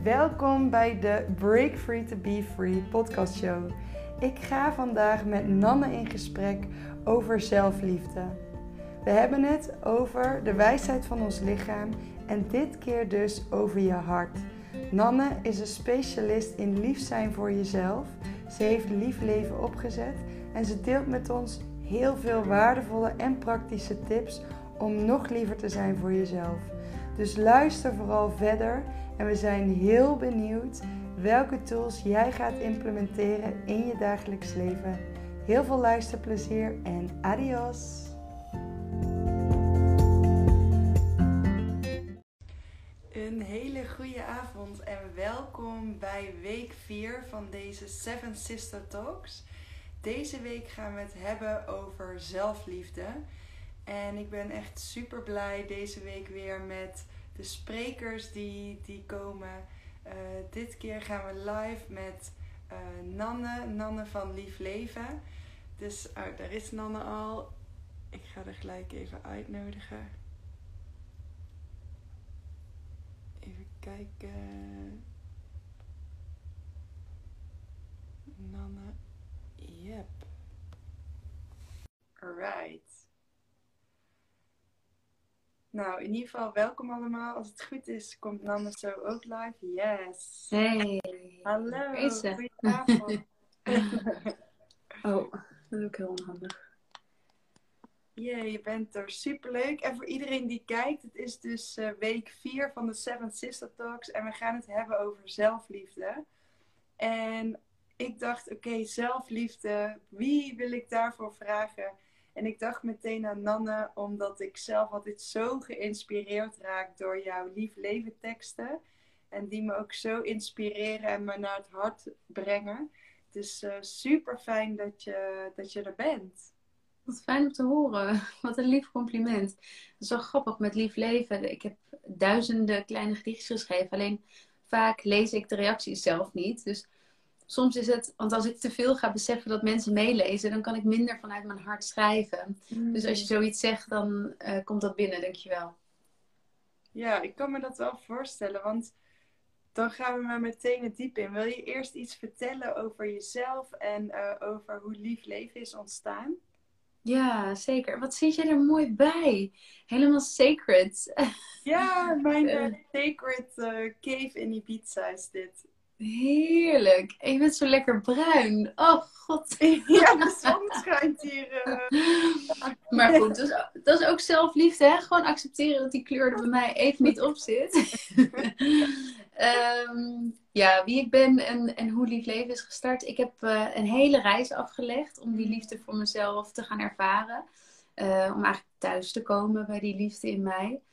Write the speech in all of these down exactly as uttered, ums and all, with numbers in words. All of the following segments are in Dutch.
Welkom bij de Break Free to Be Free podcast show. Ik ga vandaag met Nanne in gesprek over zelfliefde. We hebben het over de wijsheid van ons lichaam en dit keer dus over je hart. Nanne is een specialist in lief zijn voor jezelf. Ze heeft Lief Leven opgezet en ze deelt met ons heel veel waardevolle en praktische tips om nog liever te zijn voor jezelf. Dus luister vooral verder en we zijn heel benieuwd welke tools jij gaat implementeren in je dagelijks leven. Heel veel luisterplezier en adios! Een hele goede avond en welkom bij week vier van deze Seven Sister Talks. Deze week gaan we het hebben over zelfliefde. En ik ben echt super blij deze week weer met de sprekers die, die komen. Uh, dit keer gaan we live met uh, Nanne, Nanne van Lief Leven. Dus oh, daar is Nanne al. Ik ga er gelijk even uitnodigen. Even kijken. Nanne. Yep. Alright. Nou, in ieder geval welkom allemaal. Als het goed is, komt Nanne zo ook live. Yes. Hey. Hallo. Deze. Goedenavond. Oh, dat is ook heel onhandig. Jee, je bent er. Superleuk. En voor iedereen die kijkt, het is dus uh, week vier van de Seven Sister Talks. En we gaan het hebben over zelfliefde. En ik dacht, oké, okay, zelfliefde. Wie wil ik daarvoor vragen? En ik dacht meteen aan Nanne, omdat ik zelf altijd zo geïnspireerd raak door jouw Lief Leven teksten. En die me ook zo inspireren en me naar het hart brengen. Dus uh, super fijn dat je, dat je er bent. Wat fijn om te horen. Wat een lief compliment. Dat is wel grappig met Lief Leven. Ik heb duizenden kleine gedichtjes geschreven. Alleen vaak lees ik de reacties zelf niet. Dus soms is het, want als ik te veel ga beseffen dat mensen meelezen, dan kan ik minder vanuit mijn hart schrijven. Mm. Dus als je zoiets zegt, dan uh, komt dat binnen, dankjewel. Ja, ik kan me dat wel voorstellen, want dan gaan we maar meteen het diep in. Wil je eerst iets vertellen over jezelf en uh, over hoe Lief Leven is ontstaan? Ja, zeker. Wat zit je er mooi bij? Helemaal sacred. Ja, mijn uh, sacred uh, cave in Ibiza is dit. Heerlijk. En je bent zo lekker bruin. Oh, god. Ja, de zon schijnt hier. Uh... Maar goed, dat is, dat is ook zelfliefde, hè? Gewoon accepteren dat die kleur er bij mij even niet op zit. um, ja, wie ik ben en, en hoe Lief Leven is gestart. Ik heb uh, een hele reis afgelegd om die liefde voor mezelf te gaan ervaren. Uh, om eigenlijk thuis te komen bij die liefde in mij.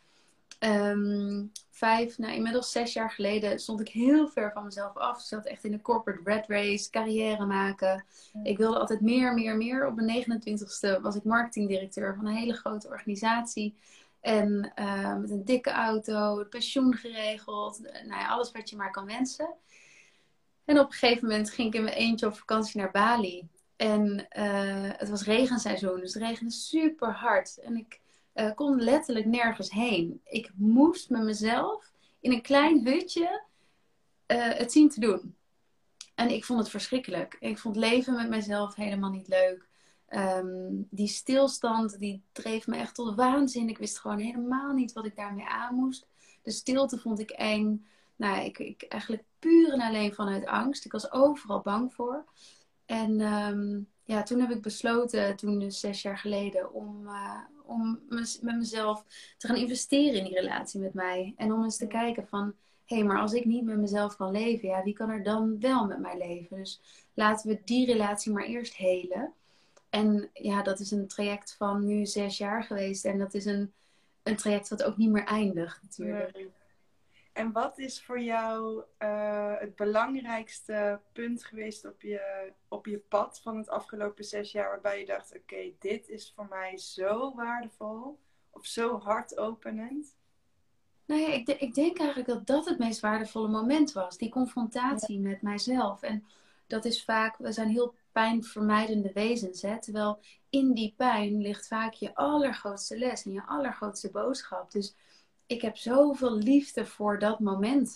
Um, vijf, nou inmiddels zes jaar geleden stond ik heel ver van mezelf af. Ik zat echt in de corporate rat race, carrière maken. Ik wilde altijd meer, meer, meer. Op mijn negenentwintigste was ik marketingdirecteur van een hele grote organisatie. En uh, met een dikke auto, het pensioen geregeld. Nou ja, alles wat je maar kan wensen. En op een gegeven moment ging ik in mijn eentje op vakantie naar Bali. En uh, het was regenseizoen, dus het regende super hard. En ik Uh, kon letterlijk nergens heen. Ik moest met mezelf in een klein hutje uh, het zien te doen. En ik vond het verschrikkelijk. Ik vond leven met mezelf helemaal niet leuk. Um, die stilstand, die dreef me echt tot waanzin. Ik wist gewoon helemaal niet wat ik daarmee aan moest. De stilte vond ik eng. Nou, ik, ik eigenlijk puur en alleen vanuit angst. Ik was overal bang voor. En um, ja, toen heb ik besloten, toen dus zes jaar geleden, om, uh, om met mezelf te gaan investeren in die relatie met mij. En om eens te kijken van, hé, hey, maar als ik niet met mezelf kan leven, ja, wie kan er dan wel met mij leven? Dus laten we die relatie maar eerst helen. En ja, dat is een traject van nu zes jaar geweest. En dat is een, een traject wat ook niet meer eindigt natuurlijk. Nee. En wat is voor jou uh, het belangrijkste punt geweest op je, op je pad van het afgelopen zes jaar, waarbij je dacht, oké, okay, dit is voor mij zo waardevol of zo hartopenend? Nou ja, ik, de, ik denk eigenlijk dat dat het meest waardevolle moment was. Die confrontatie ja. met mijzelf. En dat is vaak, we zijn heel pijnvermijdende wezens. Hè? Terwijl in die pijn ligt vaak je allergrootste les en je allergrootste boodschap. Dus ik heb zoveel liefde voor dat moment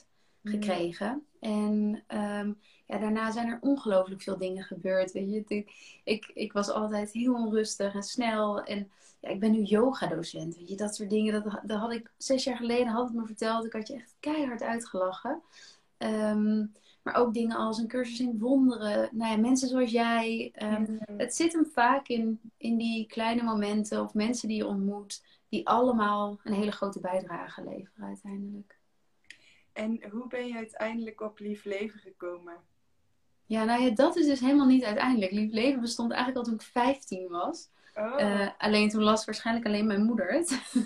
gekregen. En um, ja, daarna zijn er ongelooflijk veel dingen gebeurd. Weet je? Ik, ik, ik was altijd heel onrustig en snel. En ja, ik ben nu yogadocent. Weet je? Dat soort dingen. Dat, dat had ik zes jaar geleden had het me verteld. Ik had je echt keihard uitgelachen. Um, maar ook dingen als een cursus in wonderen. Nou ja, mensen zoals jij. Um, Ja. het zit hem vaak in, in die kleine momenten. Of mensen die je ontmoet. Die allemaal een hele grote bijdrage leveren uiteindelijk. En hoe ben je uiteindelijk op Lief Leven gekomen? Ja, nou ja, dat is dus helemaal niet uiteindelijk. Lief Leven bestond eigenlijk al toen ik vijftien was. Oh. Uh, alleen toen las waarschijnlijk alleen mijn moeder het.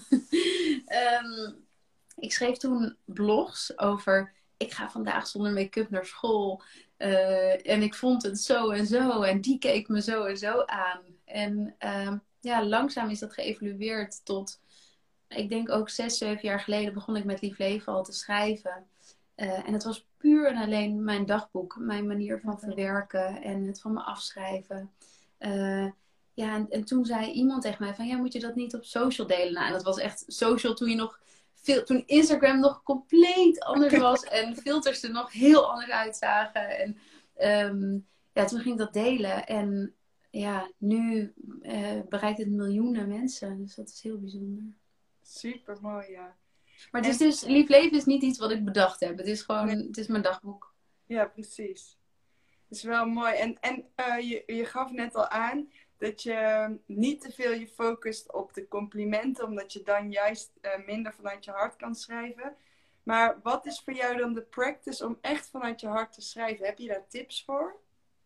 um, ik schreef toen blogs over... Ik ga vandaag zonder make-up naar school. Uh, en ik vond het zo en zo. En die keek me zo en zo aan. En uh, ja, langzaam is dat geëvolueerd tot... Ik denk ook zes, zeven jaar geleden begon ik met Lief Leven al te schrijven. Uh, en het was puur en alleen mijn dagboek. Mijn manier van verwerken en het van me afschrijven. Uh, ja, en, en toen zei iemand tegen mij van... Ja, moet je dat niet op social delen? Nou, en dat was echt social toen je nog... Veel, toen Instagram nog compleet anders was. En filters er nog heel anders uitzagen. En um, ja, toen ging ik dat delen. En ja, nu uh, bereikt het miljoenen mensen. Dus dat is heel bijzonder. Super mooi, ja. Maar het is dus, Lief Leven is niet iets wat ik bedacht heb. Het is gewoon, nee. Het is mijn dagboek. Ja, precies. Dat is wel mooi. En, en uh, je, je gaf net al aan dat je niet te veel je focust op de complimenten, omdat je dan juist uh, minder vanuit je hart kan schrijven. Maar wat is voor jou dan de practice om echt vanuit je hart te schrijven? Heb je daar tips voor?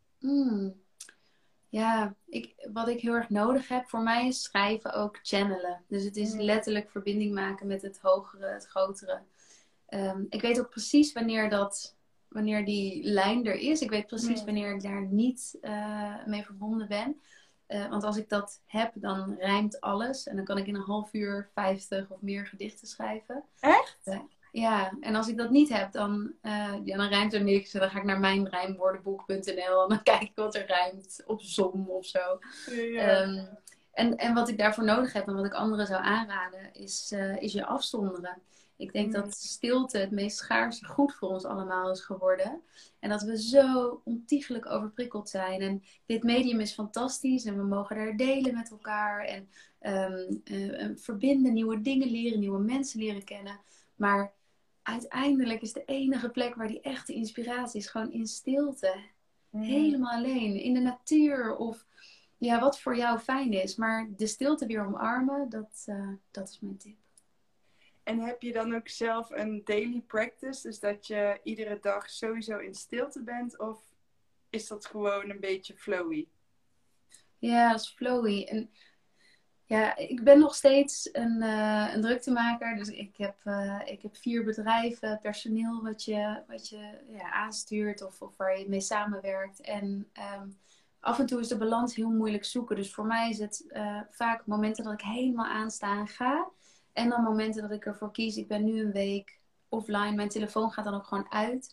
Mm. Ja, ik, wat ik heel erg nodig heb voor mij is schrijven ook channelen. Dus het is letterlijk verbinding maken met het hogere, het grotere. Um, ik weet ook precies wanneer, dat, wanneer die lijn er is. Ik weet precies wanneer ik daar niet uh, mee verbonden ben. Uh, want als ik dat heb, dan rijmt alles. En dan kan ik in een half uur vijftig of meer gedichten schrijven. Echt? Uh, Ja, en als ik dat niet heb, dan, uh, ja, dan rijmt er niks. En dan ga ik naar mijnrijmwoordenboek punt n l en dan kijk ik wat er rijmt op som of zo. Ja. Um, en, en wat ik daarvoor nodig heb en wat ik anderen zou aanraden, is, uh, is je afzonderen. Ik denk mm. dat stilte het meest schaarse goed voor ons allemaal is geworden. En dat we zo ontiegelijk overprikkeld zijn. En dit medium is fantastisch en we mogen er delen met elkaar. En um, uh, verbinden, nieuwe dingen leren, nieuwe mensen leren kennen. Maar uiteindelijk is de enige plek waar die echte inspiratie is gewoon in stilte. Mm. Helemaal alleen. In de natuur of ja, wat voor jou fijn is. Maar de stilte weer omarmen, dat, uh, dat is mijn tip. En heb je dan ook zelf een daily practice? Dus dat je iedere dag sowieso in stilte bent? Of is dat gewoon een beetje flowy? Ja, dat is flowy. En ja, ik ben nog steeds een, uh, een druktemaker. Dus ik heb, uh, ik heb vier bedrijven, personeel wat je, wat je ja, aanstuurt of, of waar je mee samenwerkt. En um, af en toe is de balans heel moeilijk zoeken. Dus voor mij is het uh, vaak momenten dat ik helemaal aanstaan ga. En dan momenten dat ik ervoor kies. Ik ben nu een week offline. Mijn telefoon gaat dan ook gewoon uit.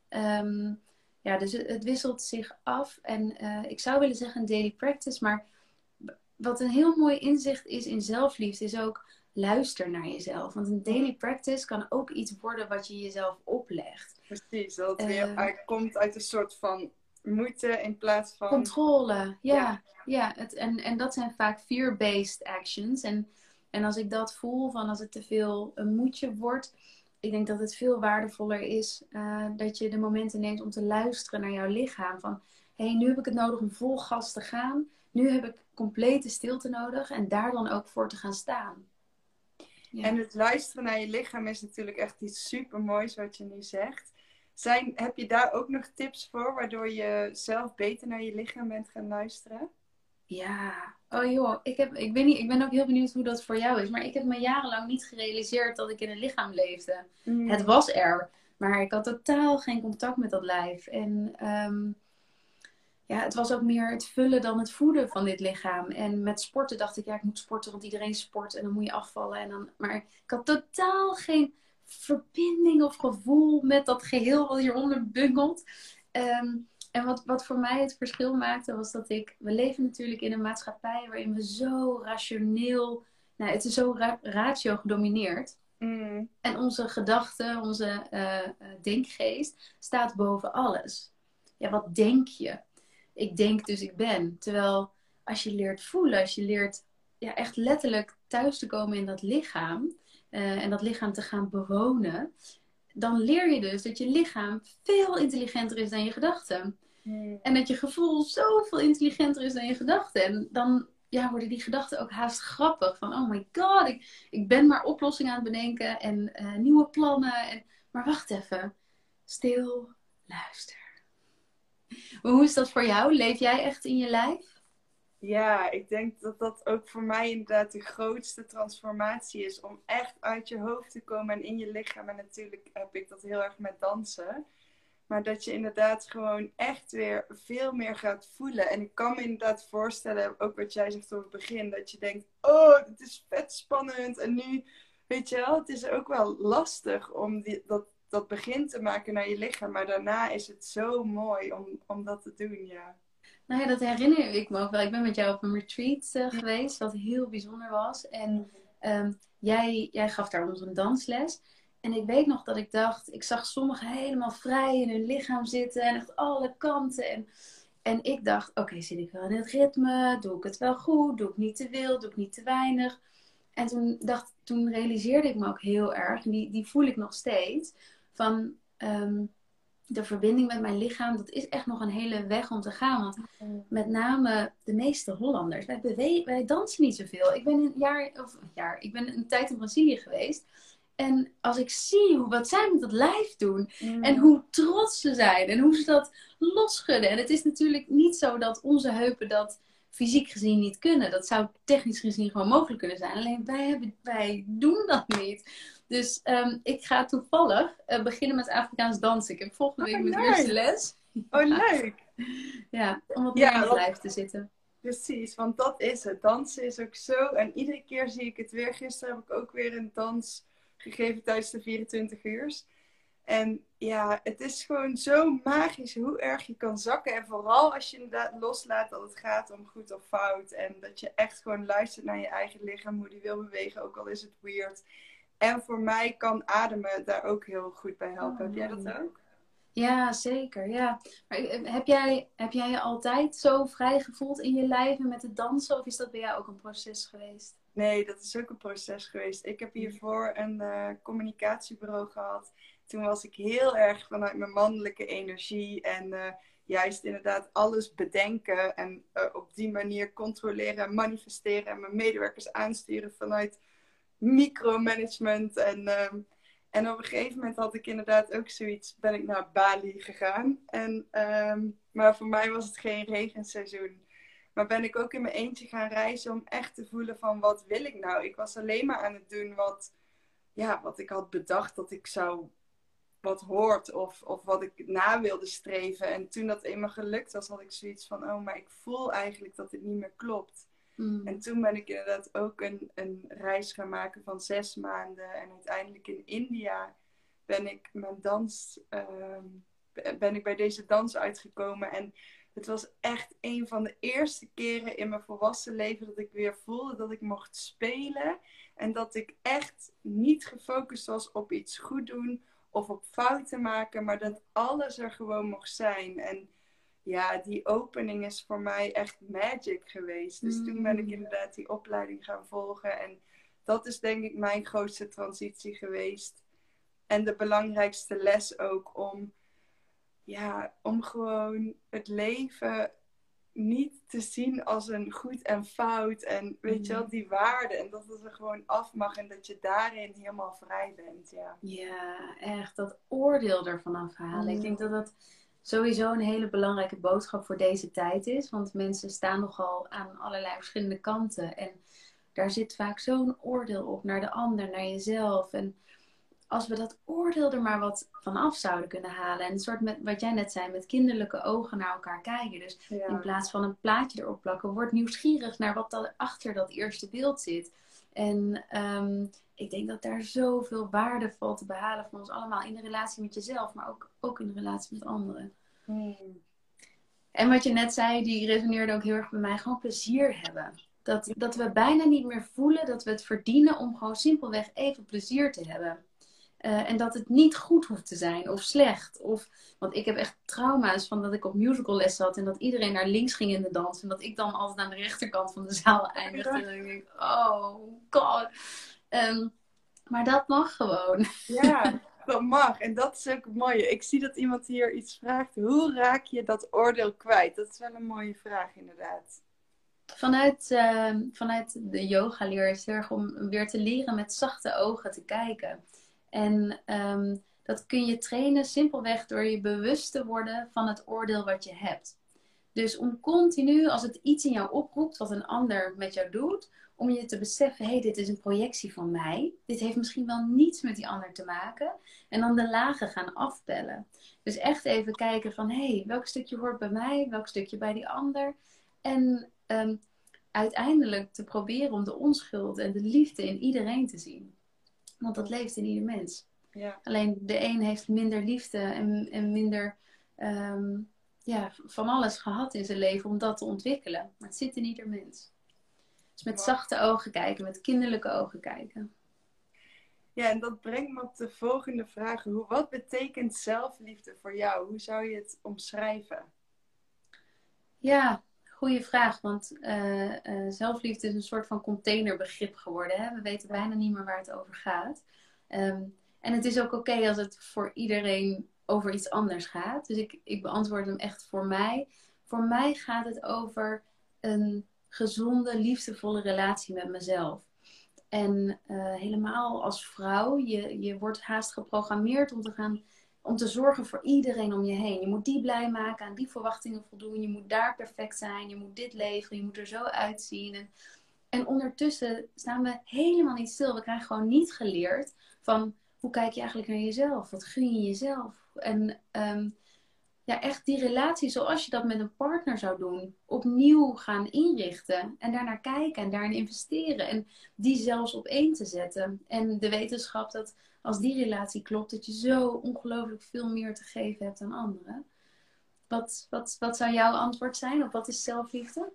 Um, ja, dus het, het wisselt zich af. En uh, ik zou willen zeggen een daily practice, maar... Wat een heel mooi inzicht is in zelfliefde, is ook luister naar jezelf. Want een daily practice kan ook iets worden wat je jezelf oplegt. Precies, dat het weer uh, komt uit een soort van moeite in plaats van... Controle, ja. ja. ja het, en, en dat zijn vaak fear-based actions. En, en als ik dat voel, van als het te veel een moedje wordt... Ik denk dat het veel waardevoller is uh, dat je de momenten neemt om te luisteren naar jouw lichaam. Van, hé, hey, nu heb ik het nodig om vol gas te gaan... Nu heb ik complete stilte nodig en daar dan ook voor te gaan staan. Ja. En het luisteren naar je lichaam is natuurlijk echt iets super moois wat je nu zegt. Zijn, heb je daar ook nog tips voor waardoor je zelf beter naar je lichaam bent gaan luisteren? Ja, oh joh, ik, heb, ik, weet niet, ik ben ook heel benieuwd hoe dat voor jou is. Maar ik heb me jarenlang niet gerealiseerd dat ik in een lichaam leefde. Mm. Het was er, maar ik had totaal geen contact met dat lijf. En... Um, Ja, het was ook meer het vullen dan het voeden van dit lichaam. En met sporten dacht ik, ja, ik moet sporten, want iedereen sport. En dan moet je afvallen. En dan... Maar ik had totaal geen verbinding of gevoel met dat geheel wat hieronder bungelt. Um, en wat, wat voor mij het verschil maakte, was dat ik... We leven natuurlijk in een maatschappij waarin we zo rationeel... Nou, het is zo ra- ratio gedomineerd. Mm. En onze gedachten, onze uh, denkgeest staat boven alles. Ja, wat denk je? Ik denk dus ik ben. Terwijl als je leert voelen, als je leert ja, echt letterlijk thuis te komen in dat lichaam. Uh, en dat lichaam te gaan bewonen. Dan leer je dus dat je lichaam veel intelligenter is dan je gedachten. Mm. En dat je gevoel zoveel intelligenter is dan je gedachten. En dan ja, worden die gedachten ook haast grappig. Van oh my god, ik, ik ben maar oplossingen aan het bedenken. En uh, nieuwe plannen. En, maar wacht even. Stil, luister. Maar hoe is dat voor jou? Leef jij echt in je lijf? Ja, ik denk dat dat ook voor mij inderdaad de grootste transformatie is. Om echt uit je hoofd te komen en in je lichaam. En natuurlijk heb ik dat heel erg met dansen. Maar dat je inderdaad gewoon echt weer veel meer gaat voelen. En ik kan me inderdaad voorstellen, ook wat jij zegt op het begin. Dat je denkt, oh, het is vet spannend. En nu, weet je wel, het is ook wel lastig om die, dat, dat begin te maken naar je lichaam. Maar daarna is het zo mooi om, om dat te doen, ja. Nou ja, dat herinner ik me ook wel. Ik ben met jou op een retreat uh, geweest, wat heel bijzonder was. En um, jij, jij gaf daar ons een dansles. En ik weet nog dat ik dacht, ik zag sommigen helemaal vrij in hun lichaam zitten. En echt alle kanten. En, en ik dacht, oké, okay, zit ik wel in het ritme? Doe ik het wel goed? Doe ik niet te veel? Doe ik niet te weinig? En toen, dacht, toen realiseerde ik me ook heel erg, en die, die voel ik nog steeds, van... Um, de verbinding met mijn lichaam, dat is echt nog een hele weg om te gaan. Want met name de meeste Hollanders, wij, bewe- wij dansen niet zoveel. Ik ben een jaar, of een jaar, ik ben een tijd in Brazilië geweest. En als ik zie hoe, wat zij met dat lijf doen. Mm. En hoe trots ze zijn. En hoe ze dat losschudden. En het is natuurlijk niet zo dat onze heupen dat fysiek gezien niet kunnen. Dat zou technisch gezien gewoon mogelijk kunnen zijn. Alleen wij, hebben, wij doen dat niet. Dus um, ik ga toevallig uh, beginnen met Afrikaans dansen. Ik heb volgende week oh, mijn nice. eerste les. Oh, leuk. Ja, om wat meer ja, in het lijf te zitten. Precies, want dat is het. Dansen is ook zo. En iedere keer zie ik het weer. Gisteren heb ik ook weer een dans gegeven tijdens de vierentwintig uur. En ja, het is gewoon zo magisch hoe erg je kan zakken. En vooral als je inderdaad loslaat dat het gaat om goed of fout. En dat je echt gewoon luistert naar je eigen lichaam, hoe die wil bewegen, ook al is het weird. En voor mij kan ademen daar ook heel goed bij helpen. Oh, heb jij dat ook? Ja, zeker. Ja. Maar heb jij, heb jij je altijd zo vrij gevoeld in je lijf en met het dansen? Of is dat bij jou ook een proces geweest? Nee, dat is ook een proces geweest. Ik heb hiervoor een uh, communicatiebureau gehad. Toen was ik heel erg vanuit mijn mannelijke energie. En uh, juist inderdaad alles bedenken. En uh, op die manier controleren en manifesteren. En mijn medewerkers aansturen vanuit micromanagement. En, uh, en op een gegeven moment had ik inderdaad ook zoiets. Ben ik naar Bali gegaan. En, um, maar voor mij was het geen regenseizoen. Maar ben ik ook in mijn eentje gaan reizen om echt te voelen van wat wil ik nou? Ik was alleen maar aan het doen wat, ja, wat ik had bedacht dat ik zou, wat hoort of, of wat ik na wilde streven. En toen dat eenmaal gelukt was, had ik zoiets van, oh, maar ik voel eigenlijk dat het niet meer klopt. Mm. En toen ben ik inderdaad ook een, een reis gaan maken van zes maanden. En uiteindelijk in India ben ik mijn dans, uh, ben ik bij deze dans uitgekomen. En het was echt een van de eerste keren in mijn volwassen leven dat ik weer voelde dat ik mocht spelen. En dat ik echt niet gefocust was op iets goed doen of op fouten maken. Maar dat alles er gewoon mocht zijn. En ja, die opening is voor mij echt magic geweest. Dus mm. toen ben ik inderdaad die opleiding gaan volgen. En dat is denk ik mijn grootste transitie geweest. En de belangrijkste les ook om... Ja, om gewoon het leven niet te zien als een goed en fout. En weet mm. je wel, die waarde. En dat het er gewoon af mag. En dat je daarin helemaal vrij bent. Ja, ja echt. Dat oordeel ervan afhalen. Mm. Ik denk dat dat sowieso een hele belangrijke boodschap voor deze tijd is. Want mensen staan nogal aan allerlei verschillende kanten. En daar zit vaak zo'n oordeel op naar de ander, naar jezelf. En als we dat oordeel er maar wat van af zouden kunnen halen. En een soort met wat jij net zei, met kinderlijke ogen naar elkaar kijken. Dus ja. In plaats van een plaatje erop plakken, word nieuwsgierig naar wat er achter dat eerste beeld zit. En um, ik denk dat daar zoveel waarde valt te behalen van ons allemaal. In de relatie met jezelf, maar ook, ook in de relatie met anderen. Hmm. En wat je net zei, die resoneerde ook heel erg bij mij. Gewoon plezier hebben. Dat, dat we bijna niet meer voelen dat we het verdienen om gewoon simpelweg even plezier te hebben. Uh, en dat het niet goed hoeft te zijn of slecht. Of, want ik heb echt trauma's van dat ik op musicalles zat en dat iedereen naar links ging in de dans. En dat ik dan altijd aan de rechterkant van de zaal eindigde. En dan denk ik, oh god. Um, maar dat mag gewoon. Ja, dat mag. En dat is ook het mooie. Ik zie dat iemand hier iets vraagt. Hoe raak je dat oordeel kwijt? Dat is wel een mooie vraag inderdaad. Vanuit, uh, vanuit de yoga leer is het heel erg om weer te leren met zachte ogen te kijken. En um, dat kun je trainen simpelweg door je bewust te worden van het oordeel wat je hebt. Dus om continu, als het iets in jou oproept wat een ander met jou doet, om je te beseffen, hé, hey, dit is een projectie van mij. Dit heeft misschien wel niets met die ander te maken. En dan de lagen gaan afpellen. Dus echt even kijken van, hé, hey, welk stukje hoort bij mij? Welk stukje bij die ander? En um, uiteindelijk te proberen om de onschuld en de liefde in iedereen te zien. Want dat leeft in ieder mens. Ja. Alleen de een heeft minder liefde en, en minder um, ja, van alles gehad in zijn leven om dat te ontwikkelen. Maar het zit in ieder mens. Dus met zachte ogen kijken, met kinderlijke ogen kijken. Ja, en dat brengt me op de volgende vraag. Hoe, wat betekent zelfliefde voor jou? Hoe zou je het omschrijven? Ja, goede vraag. Want uh, uh, zelfliefde is een soort van containerbegrip geworden. Hè? We weten bijna niet meer waar het over gaat. Um, en het is ook oké okay als het voor iedereen over iets anders gaat. Dus ik, ik beantwoord hem echt voor mij. Voor mij gaat het over een gezonde, liefdevolle relatie met mezelf. En uh, helemaal als vrouw, je, je wordt haast geprogrammeerd om te gaan, om te zorgen voor iedereen om je heen. Je moet die blij maken, aan die verwachtingen voldoen. Je moet daar perfect zijn, je moet dit leveren, je moet er zo uitzien. En, en ondertussen staan we helemaal niet stil. We krijgen gewoon niet geleerd van, hoe kijk je eigenlijk naar jezelf? Wat gun je jezelf? En um, ja, echt die relatie zoals je dat met een partner zou doen, opnieuw gaan inrichten. En daarnaar kijken en daarin investeren. En die zelfs op één te zetten. En de wetenschap dat als die relatie klopt, dat je zo ongelooflijk veel meer te geven hebt dan anderen. Wat, wat, wat zou jouw antwoord zijn? Of wat is zelfliefde?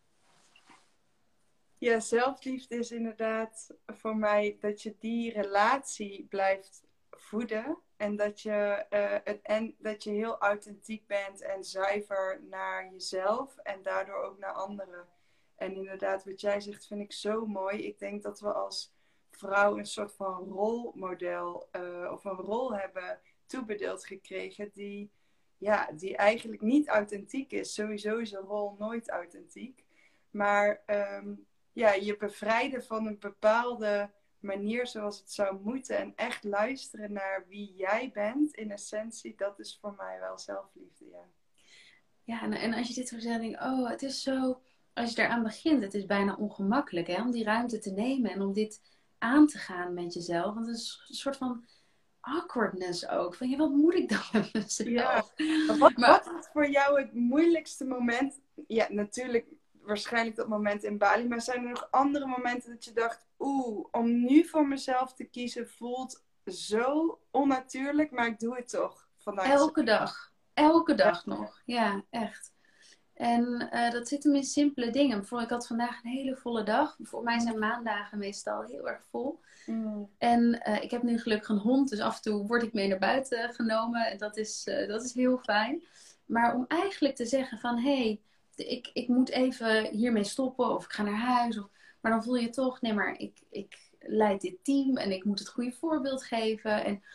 Ja, zelfliefde is inderdaad voor mij dat je die relatie blijft voeden. En dat je, uh, het, en dat je heel authentiek bent en zuiver naar jezelf en daardoor ook naar anderen. En inderdaad, wat jij zegt vind ik zo mooi. Ik denk dat we als vrouw een soort van rolmodel uh, of een rol hebben toebedeeld gekregen die, ja, die eigenlijk niet authentiek is. Sowieso is een rol nooit authentiek. Maar um, ja, je bevrijden van een bepaalde manier zoals het zou moeten. En echt luisteren naar wie jij bent in essentie. Dat is voor mij wel zelfliefde, ja. Ja, en, en als je dit zo zegt, denk ik, oh, het is zo... Als je eraan begint, het is bijna ongemakkelijk, hè, om die ruimte te nemen en om dit aan te gaan met jezelf. Want het is een soort van awkwardness ook. Van, ja, wat moet ik dan met mezelf? Ja. Wat, maar, wat was voor jou het moeilijkste moment? Ja, natuurlijk waarschijnlijk dat moment in Bali. Maar zijn er nog andere momenten dat je dacht, oeh, om nu voor mezelf te kiezen voelt zo onnatuurlijk, maar ik doe het toch. Elke dag. Elke dag ja. nog. Ja, echt. En uh, dat zit hem in simpele dingen. Bijvoorbeeld, ik had vandaag een hele volle dag. Voor mij zijn maandagen meestal heel erg vol. Mm. En uh, ik heb nu gelukkig een hond, dus af en toe word ik mee naar buiten genomen. En dat is, uh, dat is heel fijn. Maar om eigenlijk te zeggen van, hé, hey, ik, ik moet even hiermee stoppen of ik ga naar huis. Of, maar dan voel je toch, nee, maar ik, ik leid dit team en ik moet het goede voorbeeld geven. En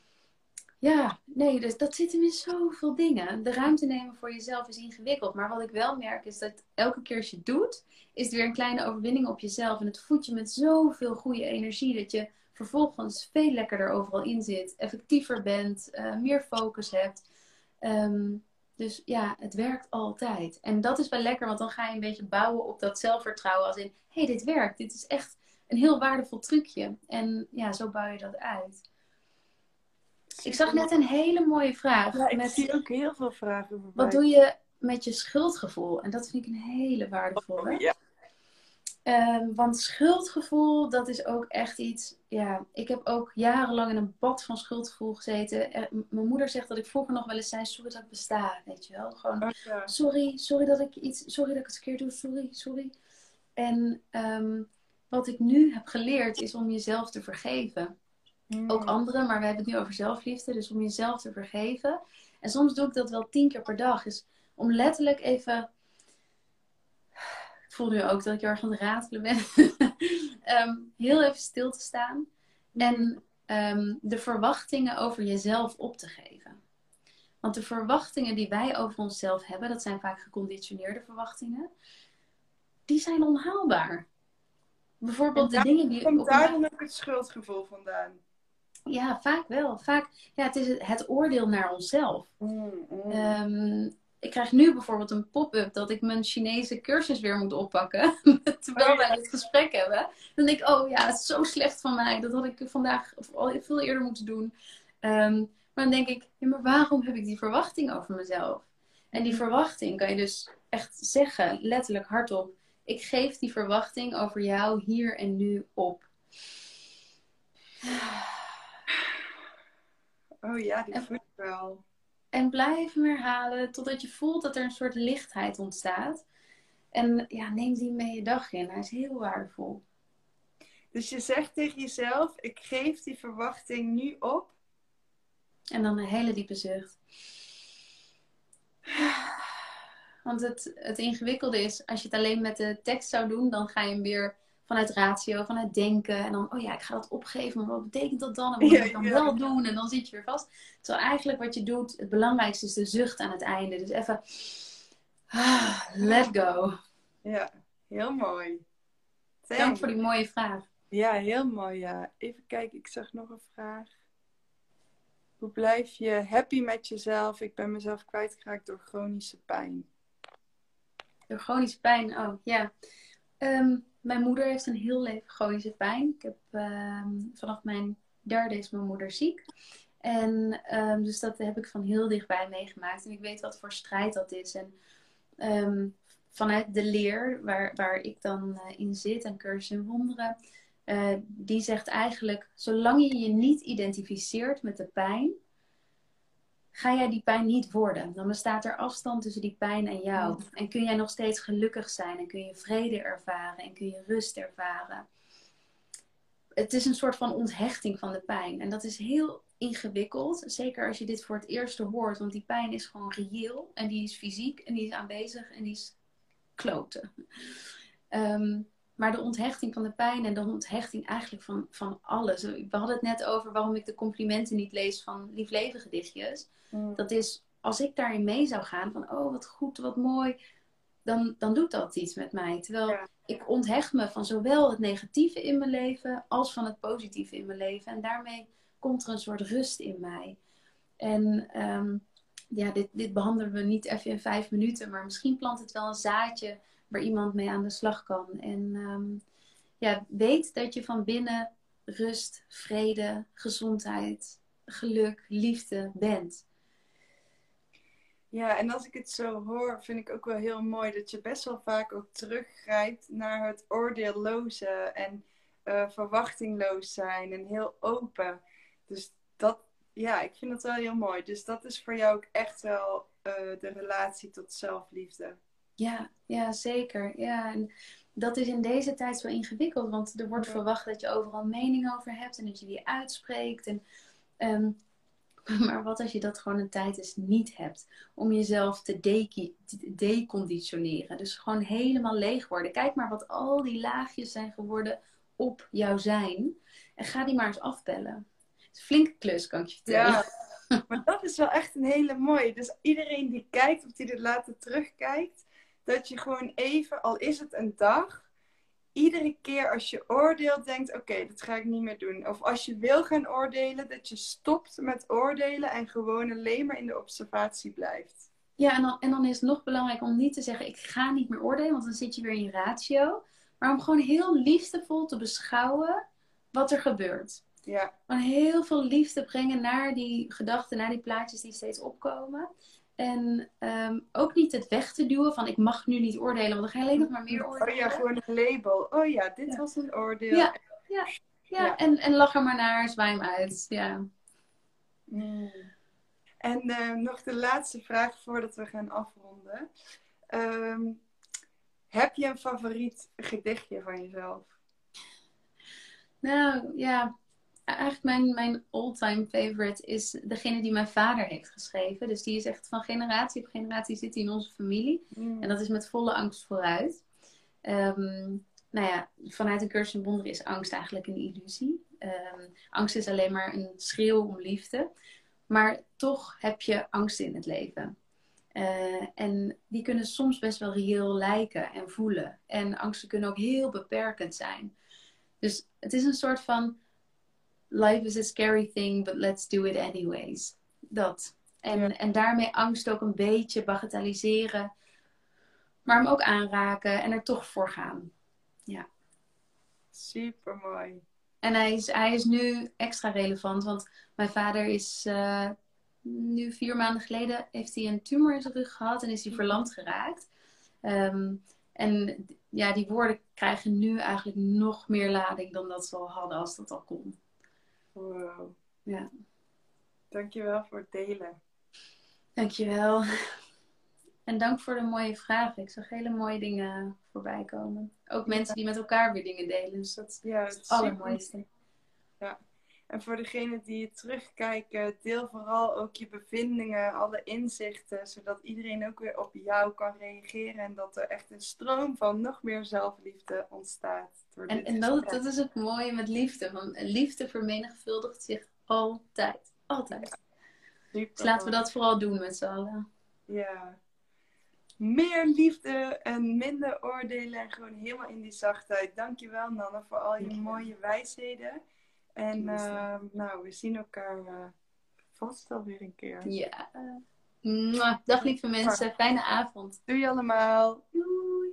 ja, nee, dus dat zit hem in zoveel dingen. De ruimte nemen voor jezelf is ingewikkeld. Maar wat ik wel merk is dat elke keer als je het doet, is het weer een kleine overwinning op jezelf. En het voedt je met zoveel goede energie dat je vervolgens veel lekkerder overal in zit. Effectiever bent, uh, meer focus hebt. Um, dus ja, het werkt altijd. En dat is wel lekker, want dan ga je een beetje bouwen op dat zelfvertrouwen. Als in, hé, hey, dit werkt. Dit is echt een heel waardevol trucje. En ja, zo bouw je dat uit. Ik zag net een hele mooie vraag. Ja, ik met, zie ook heel veel vragen voorbij. Wat doe je met je schuldgevoel? En dat vind ik een hele waardevolle. Oh, ja. Um, want schuldgevoel, dat is ook echt iets... Ja, ik heb ook jarenlang in een bad van schuldgevoel gezeten. Er, mijn moeder zegt dat ik vroeger nog wel eens zei... Sorry dat ik besta, weet je wel. Gewoon, oh, ja. sorry, sorry dat ik iets... Sorry dat ik het verkeerd doe, sorry, sorry. En um, wat ik nu heb geleerd is om jezelf te vergeven. Mm. Ook anderen, maar we hebben het nu over zelfliefde. Dus om jezelf te vergeven. En soms doe ik dat wel tien keer per dag. Dus om letterlijk even... Ik voel nu ook dat ik heel erg aan het ratelen ben. um, heel even stil te staan. En um, de verwachtingen over jezelf op te geven. Want de verwachtingen die wij over onszelf hebben, dat zijn vaak geconditioneerde verwachtingen, die zijn onhaalbaar. Bijvoorbeeld de dingen die... Komt daar dan ook het schuldgevoel vandaan? Ja, vaak wel. Vaak, ja, het is het, het oordeel naar onszelf. Mm, mm. Um, ik krijg nu bijvoorbeeld een pop-up dat ik mijn Chinese cursus weer moet oppakken. Terwijl oh, ja. wij dit gesprek hebben. Dan denk ik, oh ja, het is zo slecht van mij. Dat had ik vandaag of al veel eerder moeten doen. Um, maar dan denk ik, ja, maar waarom heb ik die verwachting over mezelf? En die verwachting kan je dus echt zeggen, letterlijk hardop. Ik geef die verwachting over jou hier en nu op. Oh ja, die voel ik wel. En blijf hem herhalen totdat je voelt dat er een soort lichtheid ontstaat. En ja, neem die mee je dag in. Hij is heel waardevol. Dus je zegt tegen jezelf, ik geef die verwachting nu op. En dan een hele diepe zucht. Want het, het ingewikkelde is, als je het alleen met de tekst zou doen, dan ga je hem weer vanuit ratio, vanuit denken. En dan, oh ja, ik ga dat opgeven, maar wat betekent dat dan? En wat moet ik dan ja, ja. wel doen? En dan zit je weer vast. Terwijl eigenlijk wat je doet, het belangrijkste is de zucht aan het einde. Dus even, ah, let go. Ja, heel mooi. Thanks. Dank voor die mooie vraag. Ja, heel mooi, ja. Even kijken, ik zag nog een vraag. Hoe blijf je happy met jezelf? Ik ben mezelf kwijtgeraakt door chronische pijn. Door chronische pijn, oh ja. Um, mijn moeder heeft een heel leven chronische pijn. Ik heb um, vanaf mijn derde is mijn moeder ziek. En um, dus dat heb ik van heel dichtbij meegemaakt. En ik weet wat voor strijd dat is. En um, vanuit de leer waar, waar ik dan uh, in zit, een cursus in wonderen. Uh, die zegt eigenlijk, zolang je je niet identificeert met de pijn, ga jij die pijn niet worden. Dan bestaat er afstand tussen die pijn en jou. En kun jij nog steeds gelukkig zijn. En kun je vrede ervaren. En kun je rust ervaren. Het is een soort van onthechting van de pijn. En dat is heel ingewikkeld. Zeker als je dit voor het eerst hoort. Want die pijn is gewoon reëel. En die is fysiek. En die is aanwezig. En die is kloten. Um, maar de onthechting van de pijn. En de onthechting eigenlijk van, van alles. We hadden het net over waarom ik de complimenten niet lees van Lief Leven gedichtjes. Mm. Dat is, als ik daarin mee zou gaan. Van, oh wat goed, wat mooi. Dan, dan doet dat iets met mij. Terwijl ja. ik onthecht me van zowel het negatieve in mijn leven. Als van het positieve in mijn leven. En daarmee komt er een soort rust in mij. En um, ja, dit, dit behandelen we niet even in vijf minuten. Maar misschien plant het wel een zaadje waar iemand mee aan de slag kan. En um, ja, weet dat je van binnen rust, vrede, gezondheid, geluk, liefde bent. Ja, en als ik het zo hoor, vind ik ook wel heel mooi dat je best wel vaak ook teruggrijpt naar het oordeelloze en uh, verwachtingloos zijn en heel open. Dus dat, ja, ik vind dat wel heel mooi. Dus dat is voor jou ook echt wel uh, de relatie tot zelfliefde. Ja, ja, zeker. Ja, en dat is in deze tijd zo ingewikkeld, want er wordt ja. verwacht dat je overal mening over hebt en dat je die uitspreekt. En, um, maar wat als je dat gewoon een tijd eens niet hebt om jezelf te de- deconditioneren? Dus gewoon helemaal leeg worden. Kijk maar wat al die laagjes zijn geworden op jouw zijn en ga die maar eens afbellen. Het is een flinke klus, kan ik je vertellen. Ja, maar dat is wel echt een hele mooie. Dus iedereen die kijkt of die dit later terugkijkt, dat je gewoon even, al is het een dag, iedere keer als je oordeelt denkt, oké, okay, dat ga ik niet meer doen. Of als je wil gaan oordelen, dat je stopt met oordelen en gewoon alleen maar in de observatie blijft. Ja, en dan, en dan is het nog belangrijk om niet te zeggen, ik ga niet meer oordelen, want dan zit je weer in ratio. Maar om gewoon heel liefdevol te beschouwen wat er gebeurt. Ja. Gewoon heel veel liefde brengen naar die gedachten, naar die plaatjes die steeds opkomen. En um, ook niet het weg te duwen van ik mag nu niet oordelen, want dan ga je alleen nog maar meer oordelen. Oh ja, gewoon een label. Oh ja, dit ja. was een oordeel. Ja, ja, ja. ja. En, en lach er maar naar, zwaai hem uit. Ja. Mm. En uh, nog de laatste vraag voordat we gaan afronden. Um, Heb je een favoriet gedichtje van jezelf? Nou ja, eigenlijk mijn, mijn all-time favorite is degene die mijn vader heeft geschreven. Dus die is echt van generatie op generatie zit hij in onze familie. Mm. En dat is met volle angst vooruit. Um, nou ja, vanuit een cursus in wonderen is angst eigenlijk een illusie. Um, angst is alleen maar een schreeuw om liefde. Maar toch heb je angst in het leven. Uh, en die kunnen soms best wel reëel lijken en voelen. En angsten kunnen ook heel beperkend zijn. Dus het is een soort van life is a scary thing, but let's do it anyways. Dat. En, ja. en daarmee angst ook een beetje bagatelliseren. Maar hem ook aanraken en er toch voor gaan. Ja. Super mooi. En hij is, hij is nu extra relevant, want mijn vader is uh, nu vier maanden geleden heeft hij een tumor in zijn rug gehad en is hij verlamd geraakt. Um, en ja, die woorden krijgen nu eigenlijk nog meer lading dan dat ze al hadden als dat al kon. Wow. Ja. Dankjewel voor het delen. Dankjewel. En dank voor de mooie vragen. Ik zag hele mooie dingen voorbij komen. Ook mensen ja. die met elkaar weer dingen delen. Dus dat ja, is het allermooiste. Ja. En voor degenen die het terugkijken, deel vooral ook je bevindingen, alle inzichten, zodat iedereen ook weer op jou kan reageren en dat er echt een stroom van nog meer zelfliefde ontstaat. Door en dit en dat, dat is het mooie met liefde, want liefde vermenigvuldigt zich altijd. Altijd. Ja. Dus laten we dat vooral doen met z'n allen. Ja. Meer liefde en minder oordelen en gewoon helemaal in die zachtheid. Dankjewel Nanne voor al je mooie wijsheden. En uh, nou, we zien elkaar uh, vast alweer een keer. Ja. Mwah. Dag lieve mensen. Fijne avond. Doei allemaal. Doei.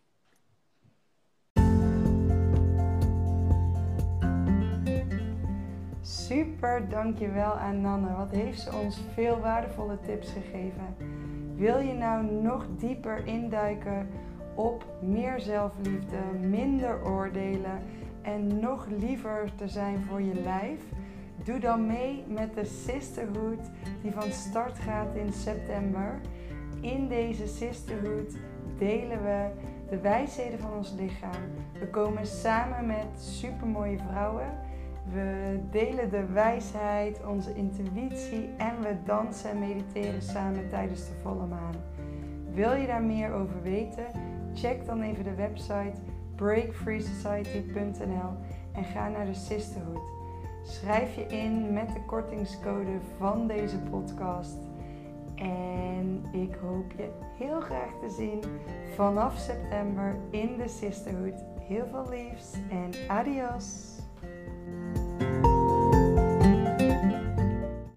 Super, dankjewel aan Nanne. Wat heeft ze ons veel waardevolle tips gegeven. Wil je nou nog dieper induiken op meer zelfliefde, minder oordelen en nog liever te zijn voor je lijf? Doe dan mee met de Sisterhood die van start gaat in september. In deze Sisterhood delen we de wijsheden van ons lichaam. We komen samen met supermooie vrouwen. We delen de wijsheid, onze intuïtie en we dansen en mediteren samen tijdens de volle maan. Wil je daar meer over weten? Check dan even de website break free society punt n l en ga naar de Sisterhood. Schrijf je in met de kortingscode van deze podcast. En ik hoop je heel graag te zien vanaf september in de Sisterhood. Heel veel liefs en adios!